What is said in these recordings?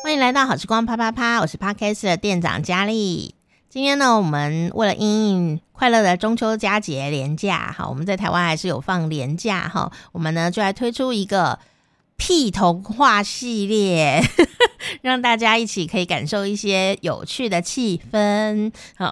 欢迎来到好时光啪啪啪，我是 Podcast 的店长佳丽。今天呢，我们为了因应快乐的中秋佳节连假，好，我们在台湾还是有放连假哈，我们呢就来推出一个屁童话系列让大家一起可以感受一些有趣的气氛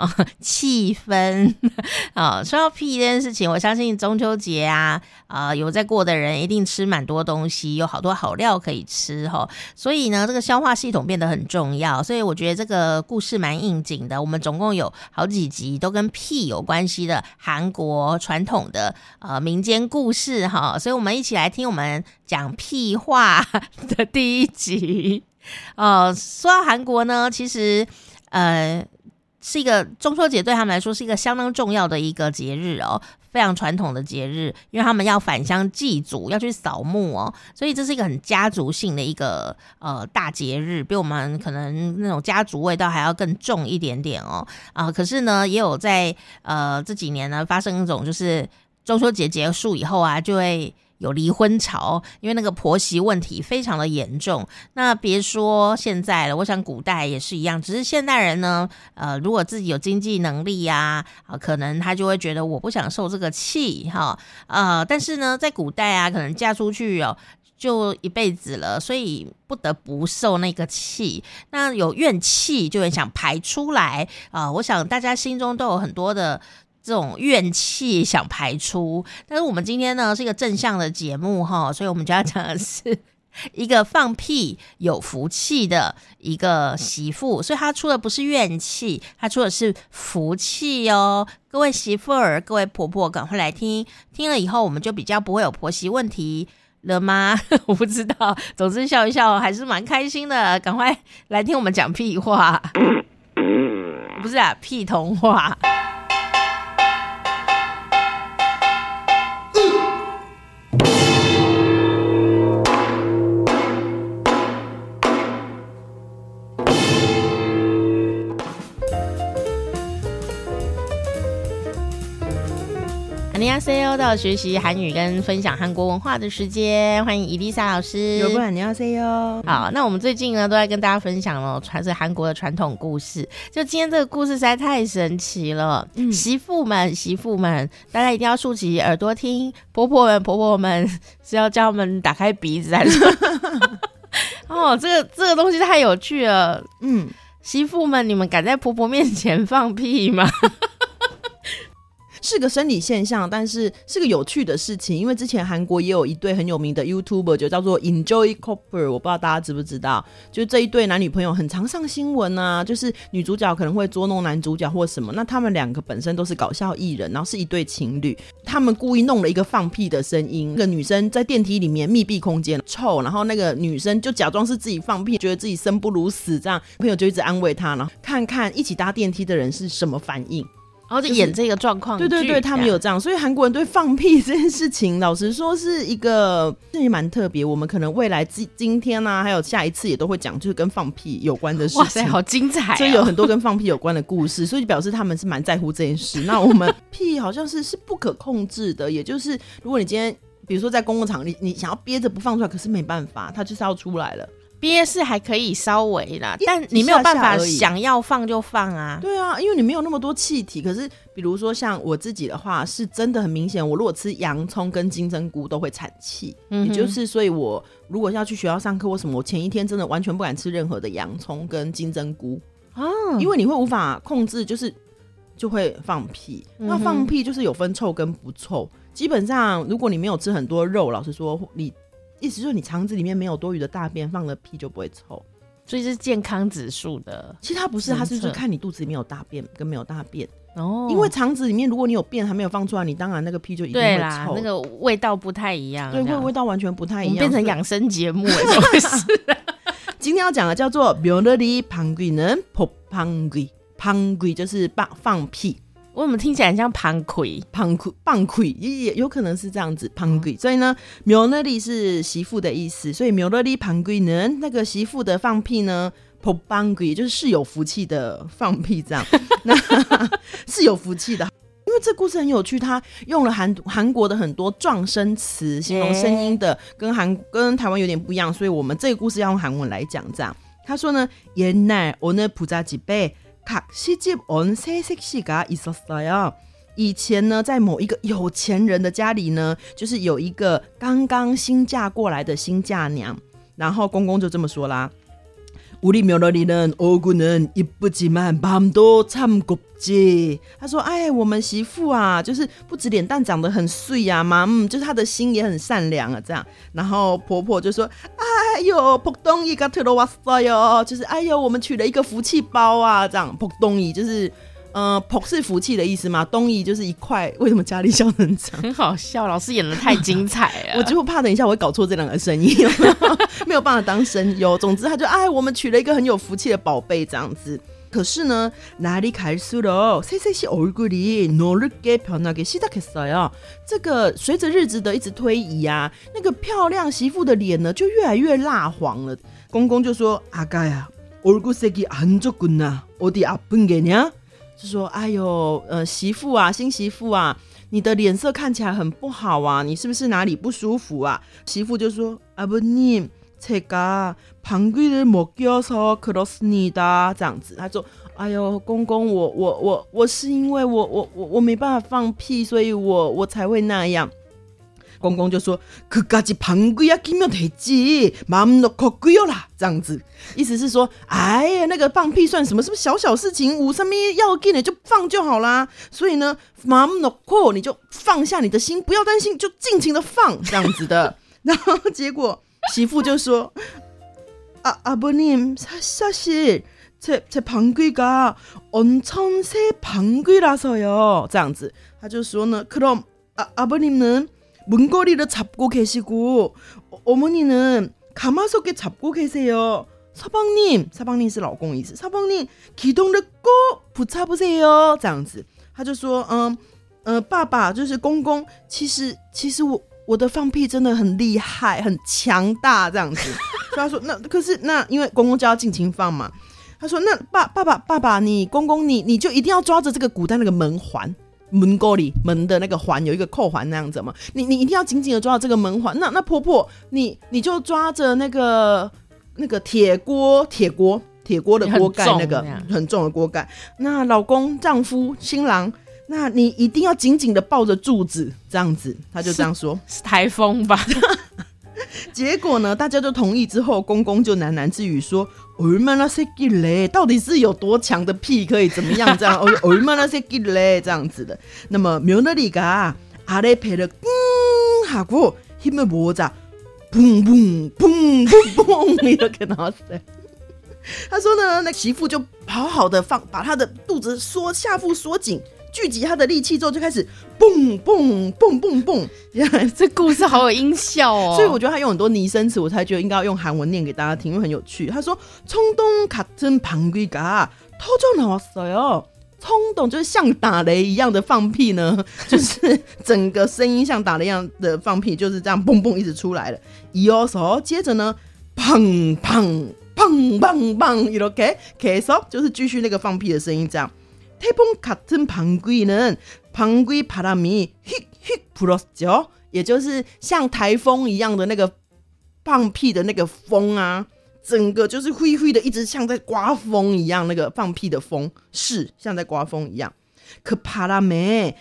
说到屁这件事情，我相信中秋节有在过的人一定吃蛮多东西，有好多好料可以吃所以呢这个消化系统变得很重要，所以我觉得这个故事蛮应景的。我们总共有好几集都跟屁有关系的韩国传统的民间故事所以我们一起来听我们讲屁话的第一集。说到韩国呢，其实是一个中秋节对他们来说是一个相当重要的一个节日非常传统的节日，因为他们要返乡祭祖，要去扫墓所以这是一个很家族性的一个大节日，比我们可能那种家族味道还要更重一点点可是呢也有在这几年呢发生一种就是中秋节结束以后就会有离婚潮，因为那个婆媳问题非常的严重。那别说现在了，我想古代也是一样，只是现代人呢如果自己有经济能力可能他就会觉得我不想受这个气但是呢在古代可能嫁出去就一辈子了，所以不得不受那个气，那有怨气就很想排出来我想大家心中都有很多的这种怨气想排出，但是我们今天呢是一个正向的节目所以我们就要讲的是一个放屁有福气的一个媳妇，所以她出的不是怨气，她出的是福气各位媳妇儿各位婆婆赶快来听了以后，我们就比较不会有婆媳问题了吗？我不知道，总之笑一笑还是蛮开心的，赶快来听我们讲屁话不是屁童话。안녕하세요，到学习韩语跟分享韩国文化的时间，欢迎伊丽莎老师。 有不안녕하세요。 好，那我们最近呢都在跟大家分享是韩国的传统故事。就今天这个故事实在太神奇了，媳妇们，大家一定要竖起耳朵听，婆婆们是要叫他们打开鼻子还是这个东西太有趣了。媳妇们，你们敢在婆婆面前放屁吗？ 是个生理现象，但是是个有趣的事情，因为之前韩国也有一对很有名的 YouTuber 就叫做 Enjoy Couple， 我不知道大家知不知道，就这一对男女朋友很常上新闻就是女主角可能会捉弄男主角或什么，那他们两个本身都是搞笑艺人，然后是一对情侣，他们故意弄了一个放屁的声音，那个女生在电梯里面密闭空间臭，然后那个女生就假装是自己放屁，觉得自己生不如死，这样朋友就一直安慰她，然后看看一起搭电梯的人是什么反应， 然后就演这个状况剧， 对，他们有这样，所以韩国人对放屁这件事情，老实说是一个也蛮特别。我们可能未来今天还有下一次也都会讲，就是跟放屁有关的事情。 哇塞，好精彩所以有很多跟放屁有关的故事，所以表示他们是蛮在乎这件事。那我们屁好像是不可控制的，也就是如果你今天比如说在公共场你想要憋着不放出来，可是没办法，它就是要出来了。 憋是还可以稍微啦，但你没有办法想要放就放对啊，因为你没有那么多气体。可是比如说像我自己的话，是真的很明显，我如果吃洋葱跟金针菇都会产气，也就是所以我如果要去学校上课或什么，我前一天真的完全不敢吃任何的洋葱跟金针菇因为你会无法控制，就会放屁。那放屁就是有分臭跟不臭，基本上如果你没有吃很多肉，老实说意思就是你肠子里面没有多余的大便，放了屁就不会臭， 所以是健康指数的。 其实它不是，它是就是看你肚子里面有大便跟没有大便因为肠子里面如果你有便还没有放出来，你当然那个屁就一定会臭。对啦， 那个味道不太一样。 对，味道完全不太一样。 我们变成养生节目怎么回事今天要讲的叫做며느리 방귀는 pop방귀， 방귀就是放屁。 我怎么听起来很像방귀 棒亏也有可能是这样子방귀所以呢며느리是媳妇的意思，所以며느리 방귀는那个媳妇的放屁呢pop방귀就是有福气的放屁这样那是有福气的。因为这故事很有趣，他用了韩国的很多状声词形容声音的跟台湾有点不一样，所以我们这个故事要用韩文来讲这样。 他说呢，옛날 어느 부잣집에 각 시집 온 새색시가 있었어요。以前呢，在某一个有钱人的家里呢，就是有一个刚刚新嫁过来的新嫁娘，然后公公就这么说啦。우리 며느리는 얼굴은 이쁘지만 마음도 참 곱지。他说，哎，我们媳妇啊，就是不止脸蛋长得很碎啊，就是她的心也很善良啊，这样。然后婆婆就说，哎呦，복덩이가 들어왔어요，就是哎呦，我们娶了一个福气包啊，这样。복덩이就是복是福气的意思嘛，东夷就是一块。为什么家里笑成这样？ 很好笑，老师演得太精彩了。 我就怕等一下我会搞错这两个声音，没有办法当声优。总之他就我们娶了一个很有福气的宝贝这样子。可是呢，날이 갈수록 새색시 얼굴이 노랗게 변하기 시작했어요。这个随着日子的一直推移啊，那个漂亮媳妇的脸呢就越来越蜡黄了。公公就说，아가야 얼굴색이 안 좋구나 어디 아픈 게냐？就说，哎呦，媳妇啊，新媳妇啊，你的脸色看起来很不好啊，你是不是哪里不舒服啊？媳妇就说，아버님 제가 방귀를 못 껴서 그렇습니다。这样子，他说，哎呦，公公，我是因为我没办法放屁，所以我才会那样。公公就说，그까지 방귀야 끼면 되지 마음 놓고 뀌어라。这样子，意思是说，哎呀，那个放屁算什么？是不是小小事情？有什么要紧的就放就好啦。所以呢，마음 놓고你就放下你的心，不要担心，就尽情的放，这样子的。然后结果媳妇就说，아버님 사실 제 방귀가 엄청 새 방귀라서요。这样子，他就说呢，그럼 아버님은 문고리를 잡고 계시고 어머니는 가마솥에 잡고 계세요. 서방님 是老公意思， 서방님 기둥을 꼭 붙잡으세요。这样子，他就说，爸爸就是公公，其实我的放屁真的很厉害，很强大，这样子。所以他说，可是因为公公就要尽情放嘛，他说，那爸爸，你公公你就一定要抓着这个古代那个门环。门沟里门的那个环有一个扣环那样子嘛，你一定要紧紧的抓到这个门环。那婆婆你就抓着那个铁锅的锅盖，那个很重的锅盖。那老公丈夫新郎，那你一定要紧紧的抱着柱子，这样子。他就这样说， 是台风吧？ 结果呢，大家就同意之后，公公就喃喃自语说，얼마나 새끼래，到底是有多强的屁可以怎么样这样얼마나 새끼래这样子的。那么며느리가 아래 배를 하고 힘을 모으자 붕붕붕붕붕 이렇게 나왔어요。他说呢，那媳妇就好好的把她的肚子下腹缩紧，聚集他的力气之后，就开始蹦蹦蹦蹦蹦。 这故事好有音效哦， 所以我觉得他用很多拟声词，我才觉得应该要用韩文念给大家听，因为很有趣。他说，冲动같은 방귀가 터져 나왔어요。冲动就是像打雷一样的放屁呢，就是整个声音像打雷一样的放屁，就是这样蹦蹦一直出来了。이어서接着呢，砰砰砰砰砰이렇게 계속就是继续那个放屁的声音这样。태풍 같은 방귀는 방귀 바람이 휙휙 불었죠，也就是像台风一样的那个放屁的那个风啊，整个就是灰灰的，一直像在刮风一样，那个放屁的风是像在刮风一样。그 바람에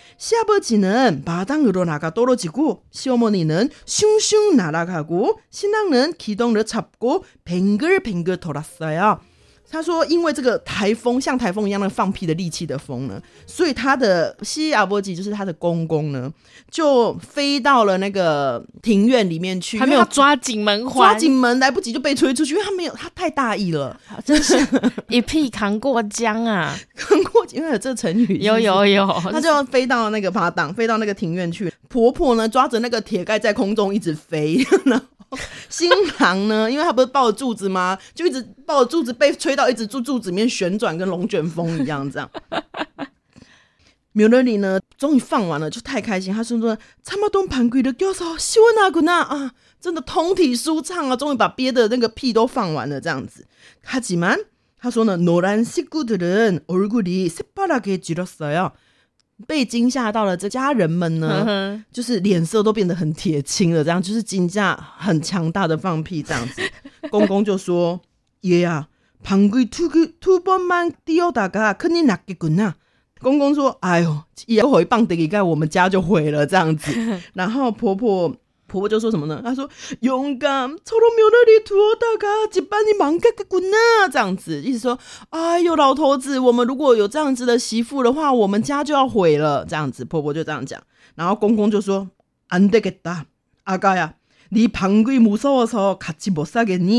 시아버지는 마당으로 나가 떨어지고 시어머니는 슝슝 날아가고 신랑은 기둥을 잡고 뱅글뱅글 돌았어요。他说，因为这个台风像台风一样的放屁的力气的风呢，所以他的西阿波吉就是他的公公呢，就飞到了那个庭院里面去， 还没有抓紧门环， 抓紧门来不及就被吹出去，因为他太大意了， 真是一屁扛过江啊！ 扛过江，因为有这成语， 有， 他就要飞到那个爬档，飞到那个庭院去。婆婆呢抓着那个铁盖在空中一直飞，然后新郎呢，因为他不是抱着柱子吗？就一直抱着柱子被吹到一直柱子里面旋转，跟龙卷风一样这样。며느리呢终于放完了，就太开心，他说참아둔 방귀를 껴서 시원하구나啊，真的通体舒畅啊，终于把憋的那个屁都放完了这样子。하지만他说呢，노란 식구들은 얼굴이 새파랗게 질었어요。被惊吓到了这家人们呢，就是脸色都变得很铁青了，这样就是惊吓很强大的放屁这样子。公公就说，얘야 방귀 두 번만 띄우다가 큰일 났겠구나。公公说：“哎呦，以后回棒的一盖，我们家就毁了这样子。”然后婆婆就说什么呢？她说：“勇敢，처럼며느리두어다가 집안이 망가겠구나。”这样子，意思说：“哎呦，老头子，我们如果有这样子的媳妇的话，我们家就要毁了。”这样子，婆婆就这样讲。然后公公就说：“안 되겠다，아가야，네 방귀 무서워서 같이 못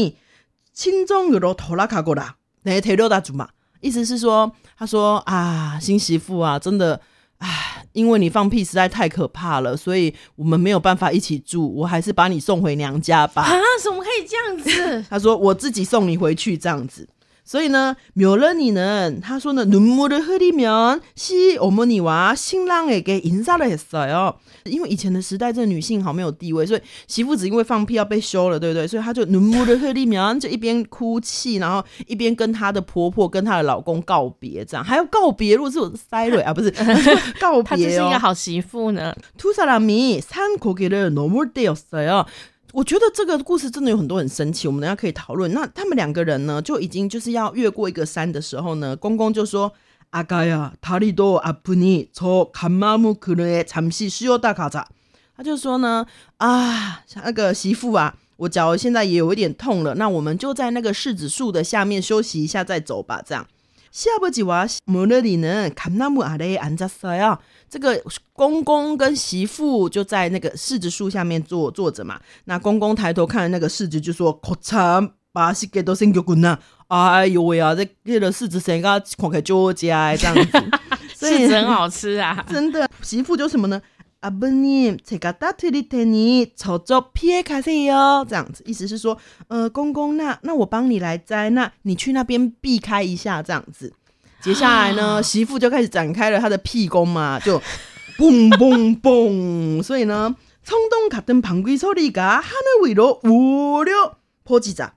사겠니？친정으로 돌아가거라，내 데려다 주마。”意思是说，他说啊，新媳妇啊，真的啊，因为你放屁实在太可怕了，所以我们没有办法一起住，我还是把你送回娘家吧。 啊，怎么可以这样子？ 他说我自己送你回去这样子。所以呢，며느리는他说呢，눈물을 흘리면 시어머니와 신랑에게 인사를 했어요。因为以前的时代，这女性好没有地位，所以媳妇只因为放屁要被休了，对不对？所以她就눈물을 흘리면就一边哭泣，然后一边跟她的婆婆跟她的老公告别，这样还要告别。如果是我塞瑞啊，不是告别哦， 她就是一个好媳妇呢。 두 사람이 산 고개를 넘을 때였어요。我觉得这个故事真的有很多很神奇，我们等一下可以讨论。那他们两个人呢，就已经就是要越过一个山的时候呢，公公就说아가야 다리도 아프니 저 감나무 그늘에 잠시 쉬었다 가자。他就说呢，啊，那个媳妇啊，我脚现在也有一点痛了，那我们就在那个柿子树的下面休息一下再走吧。这样，시아버지와 며느리는 감나무 아래에 앉았어요。这个公公跟媳妇就在那个柿子树下面坐着嘛。那公公抬头看了那个柿子，就说거참 맛있게도 생겼구나。哎呦喂啊，这个柿子生个看起来就好吃这样子， 柿子很好吃啊， 真的。媳妇就什么呢？아버님 제가 따드릴 테니 저쪽 피해 가세요。这样子，意思是说，公公，那我帮你来摘，那你去那边避开一下，这样子。接下来呢，媳妇就开始展开了她的屁功嘛，就嘣嘣嘣。所以呢，청동 같은 방귀 소리가 하늘 위로 우려 퍼지자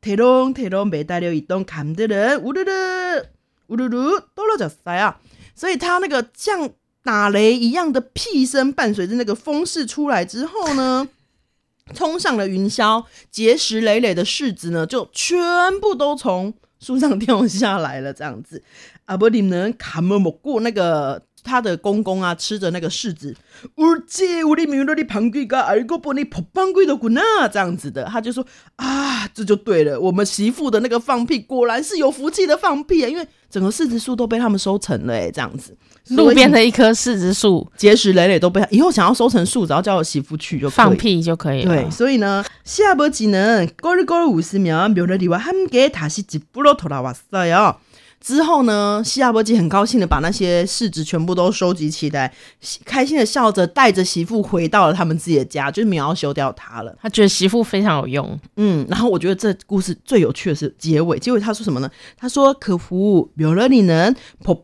대롱대롱 매달려 있던 감들은 우르르 우르르 떨어졌어요。所以他那个像打雷一样的屁声伴随着那个风势出来之后呢，冲上了云霄，结实累累的柿子呢就全部都从树上掉下来了。这样子，아버님은 감을 먹고那个他的公公啊吃着那个柿子，옳지 우리 며느리 방귀가 알고 보니 법방귀더구나。这样子的，他就说啊，这就对了，我们媳妇的那个放屁果然是有福气的放屁啊，因为整个柿子树都被他们收成了这样子。 路边的一棵柿子树结实累累都被他，以后想要收成树只要叫我媳妇去就可以放屁就可以了。 对，所以呢，시아버지는 껄껄 웃으며 며느리와 함께 다시 집으로 돌아왔어요。之后呢，西亚伯基很高兴的把那些柿子全部都收集起来，开心的笑着带着媳妇回到了他们自己的家，就是没有要休掉他了。 他觉得媳妇非常有用。 然后我觉得这故事最有趣的是结尾他说什么呢？他说그 후 며느리는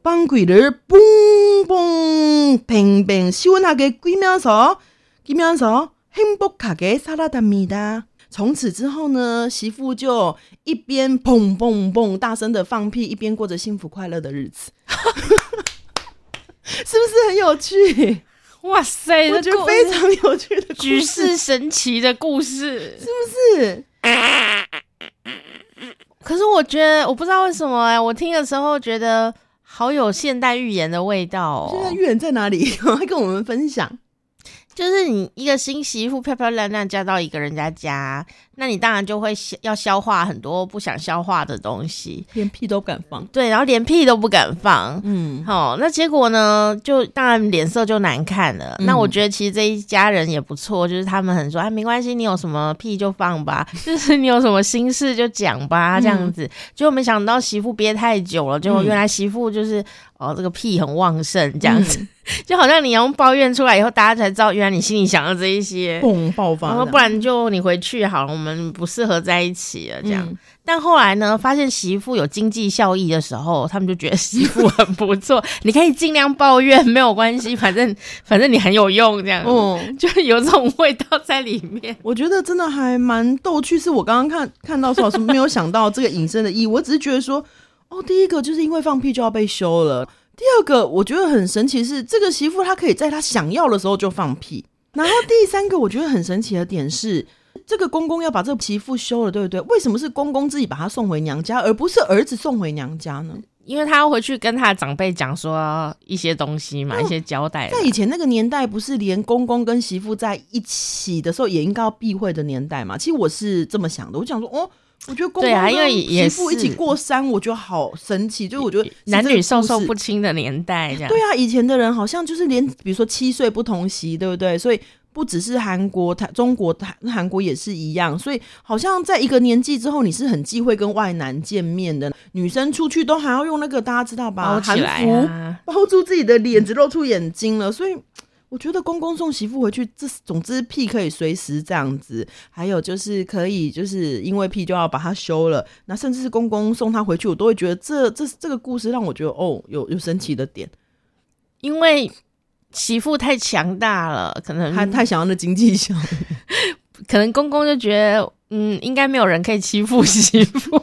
법방귀를 뿡뿡 뱅뱅 시원하게 끼면서 행복하게 살아답니다。从此之后呢，媳妇就一边砰砰砰大声的放屁，一边过着幸福快乐的日子。是不是很有趣？ 哇塞， 我觉得非常有趣的故事， 举世神奇的故事， 是不是？ 可是我觉得，我不知道为什么我听的时候觉得好有现代寓言的味道现在寓言在哪里？快跟我们分享。 就是你一个新媳妇漂漂亮亮嫁到一个人家，那你当然就会要消化很多不想消化的东西， 连屁都不敢放。 对，然后连屁都不敢放。那结果呢，就当然脸色就难看了。那我觉得其实这一家人也不错，就是他们很说没关系，你有什么屁就放吧，就是你有什么心事就讲吧，这样子。结果没想到媳妇憋太久了，结果原来媳妇就是这个屁很旺盛这样子。就好像你用抱怨出来以后，大家才知道原来你心里想的这一些， 爆发。 然后不然就你回去好了，我们不适合在一起了这样。但后来呢，发现媳妇有经济效益的时候，他们就觉得媳妇很不错，你可以尽量抱怨没有关系，反正你很有用这样。就有这种味道在里面。 我觉得真的还蛮逗趣，是我刚刚看到说没有想到这个引申的意义。我只是觉得说，第一个就是因为放屁就要被休了。第二个我觉得很神奇是，这个媳妇她可以在她想要的时候就放屁。然后第三个我觉得很神奇的点是， 这个公公要把这个媳妇休了，对不对？为什么是公公自己把她送回娘家，而不是儿子送回娘家呢？ 因为他要回去跟他的长辈讲说一些东西嘛，一些交代。 在以前那个年代，不是连公公跟媳妇在一起的时候也应该要避讳的年代嘛？其实我是这么想的，我想说我觉得公公跟媳妇一起过山，我觉得好神奇，就是我觉得男女授受不亲的年代这样。 对啊，以前的人好像就是连比如说7岁不同席，对不对？所以不只是韩国、中国、韩国也是一样，所以好像在一个年纪之后，你是很忌讳跟外男见面的。女生出去都还要用那个，大家知道吧？韩服包住自己的脸，只露出眼睛了。所以我觉得公公送媳妇回去，总之屁可以随时这样子。还有就是可以，就是因为屁就要把他休了。那甚至是公公送他回去，我都会觉得这个故事让我觉得有神奇的点， 因为媳妇太强大了，可能他太想要那经济效益， 可能公公就觉得应该没有人可以欺负媳妇。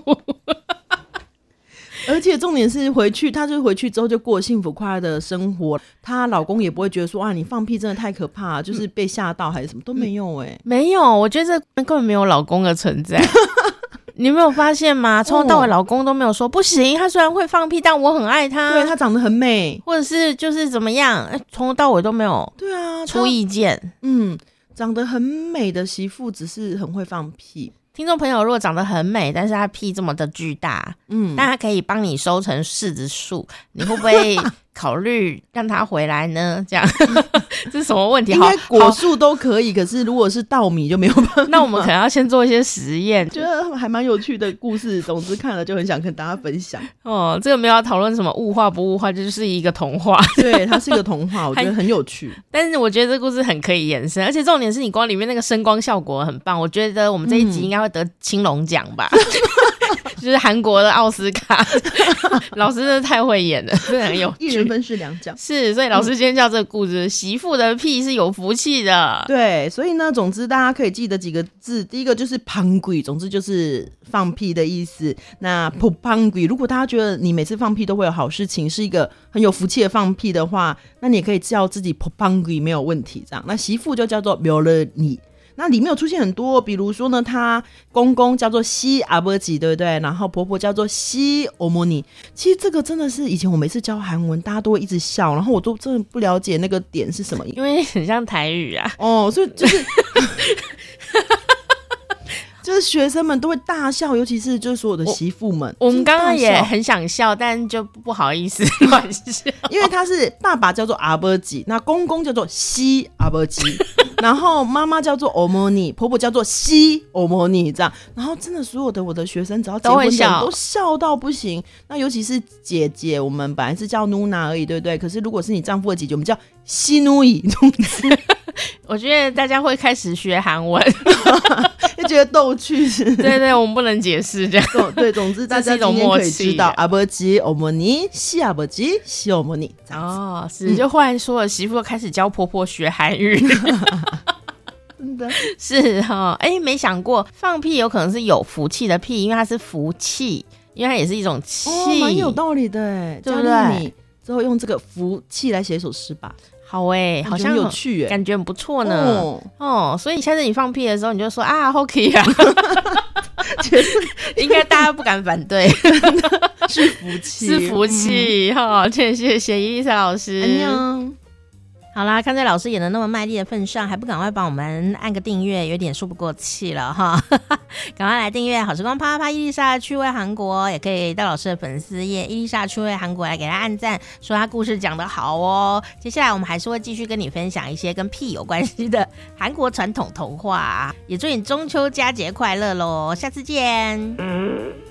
而且重点是他就回去之后就过幸福快乐的生活，她老公也不会觉得说你放屁真的太可怕，就是被吓到还是什么都没有没有，我觉得这根本没有老公的存在。你没有发现吗？从头到尾老公都没有说不行，他虽然会放屁，但我很爱他， 对，他长得很美， 或者是就是怎么样，从头到尾都没有出意见。 长得很美的媳妇只是很会放屁。 听众朋友如果长得很美，但是他屁这么的巨大，但他可以帮你收成柿子树，你会不会考虑让他回来呢？这样这是什么问题？ 应该果树都可以，可是如果是稻米就没有办法。 那我们可能要先做一些实验。 觉得还蛮有趣的故事，总之看了就很想跟大家分享。 这个没有要讨论什么物化不物化，就是一个童话。 对，它是一个童话，我觉得很有趣。 但是我觉得这故事很可以延伸，而且重点是你光里面那个声光效果很棒，我觉得我们这一集应该会得青龙奖吧。就是韩国的奥斯卡。老师真的太会演了，真的很有趣， 一人分饰2角。 是，所以老师今天叫这个故事，媳妇的屁是有福气的。 对，所以呢，总之大家可以记得几个字，第一个就是방귀，总之就是放屁的意思。那방귀，如果大家觉得你每次放屁都会有好事情，是一个很有福气的放屁的话，那你也可以叫自己방귀没有问題这样。那媳妇就叫做며느니。那里面有出现很多，比如说呢，他公公叫做시아버지，对不对？然后婆婆叫做시어머니。其实这个真的是以前我每次教韩文，大家都会一直笑，然后我都真的不了解那个点是什么， 因为很像台语啊。 所以就是就是学生们都会大笑，尤其是就是所有的媳妇们。 我们刚刚也很想笑，但就不好意思乱笑， 因为他是爸爸叫做아버지，那公公叫做시아버지，然后妈妈叫做어머니，婆婆叫做시어머니，这样。然后真的所有的我的学生只要结婚的人都笑到不行。那尤其是姐姐，我们本来是叫누나而已，对不对？可是如果是你丈夫的姐姐，我们叫시누이。 我觉得大家会开始学韩文， 就觉得逗趣。 对对，我们不能解释这样。 对，总之大家今天可以知道아버지 어머니 시아버지 시어머니。 是，就忽然说了，媳妇又开始教婆婆学韩语。 真的是没想过放屁有可能是有福气的屁，因为它是福气，因为它也是一种气， 蛮有道理的，对不对？你之后用这个福气来写一首诗吧。 好好像有趣感觉很不错呢。所以下次你放屁的时候，你就说OK 啊，应该大家不敢反对， 是福气， 是福气。谢谢伊丽莎老师。好啦，看在老师演的那么卖力的份上，还不赶快帮我们按个订阅，有点说不过气了哈！赶快来订阅好时光啪啪啪伊丽莎的趣味韩国，也可以到老师的粉丝页伊丽莎趣味韩国来给他按赞，说他故事讲得好哦。接下来我们还是会继续跟你分享一些跟屁有关系的韩国传统童话，也祝你中秋佳节快乐咯，下次见。